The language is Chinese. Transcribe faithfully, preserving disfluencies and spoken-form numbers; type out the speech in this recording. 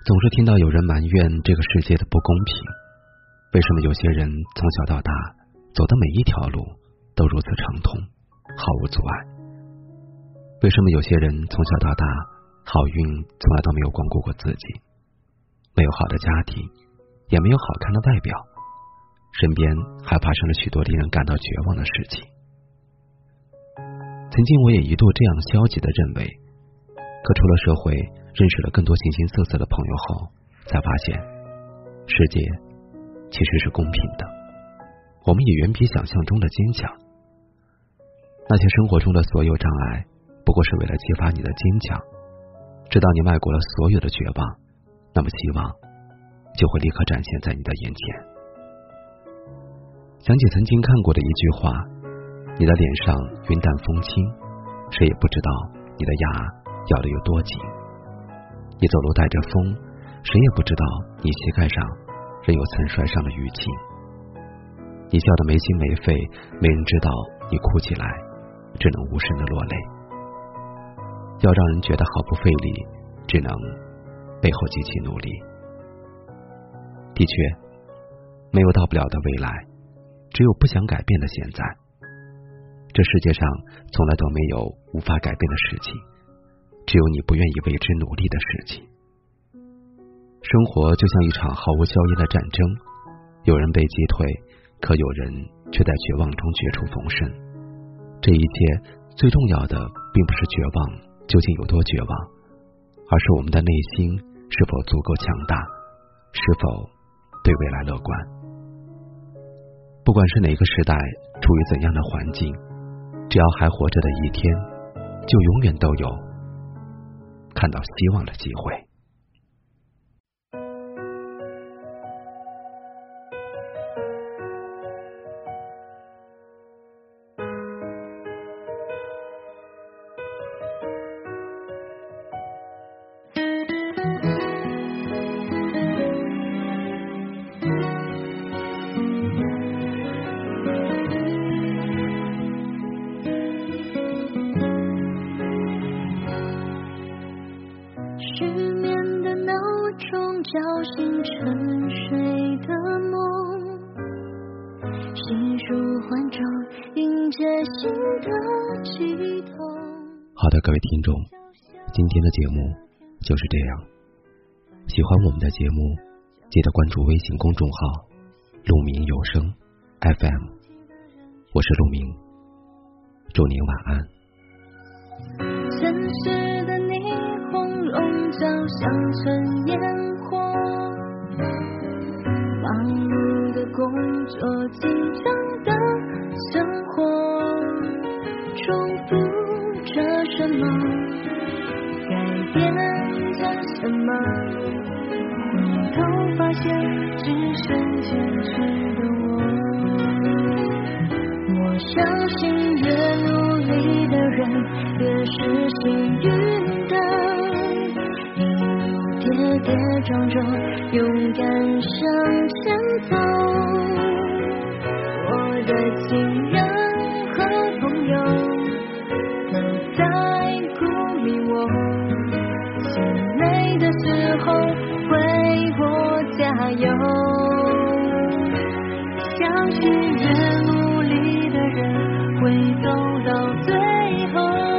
总是听到有人埋怨这个世界的不公平，为什么有些人从小到大走的每一条路都如此畅通，毫无阻碍？为什么有些人从小到大好运从来都没有光顾过自己，没有好的家庭，也没有好看的外表，身边还发生了许多令人感到绝望的事情。曾经我也一度这样消极地认为，可出了社会，认识了更多形形色色的朋友后，才发现世界其实是公平的，我们也远比想象中的坚强。那些生活中的所有障碍，不过是为了激发你的坚强，直到你迈过了所有的绝望，那么希望就会立刻展现在你的眼前。想起曾经看过的一句话，你的脸上云淡风轻，谁也不知道你的牙咬得有多紧，你走路带着风，谁也不知道你膝盖上仍有曾摔伤的淤青，你笑得没心没肺，没人知道你哭起来只能无声的落泪。要让人觉得毫不费力，只能背后极其努力。的确，没有到不了的未来，只有不想改变的现在。这世界上从来都没有无法改变的事情，只有你不愿意为之努力的事情。生活就像一场毫无硝烟的战争，有人被击退，可有人却在绝望中绝处逢生。这一切最重要的并不是绝望究竟有多绝望，而是我们的内心是否足够强大，是否对未来乐观。不管是哪个时代，处于怎样的环境，只要还活着的一天，就永远都有看到希望的机会。 失眠的闹钟叫醒沉睡的梦，细数换装迎接新的悸动。 好的，各位听众，今天的节目就是这样。喜欢我们的节目，记得关注微信公众号鹿鸣有声 F M， 我是鹿鸣，祝您晚安。 城市的霓虹笼罩乡村烟火，忙碌的工作，紧张的生活，重复着什么，改变着什么，回头发现只剩坚持的我。我相信越努力的人越是幸运的，跌跌撞撞，勇敢向前走。我的亲人和朋友都在鼓励我，心累的时候为我加油。相信越努力的人会走到最后。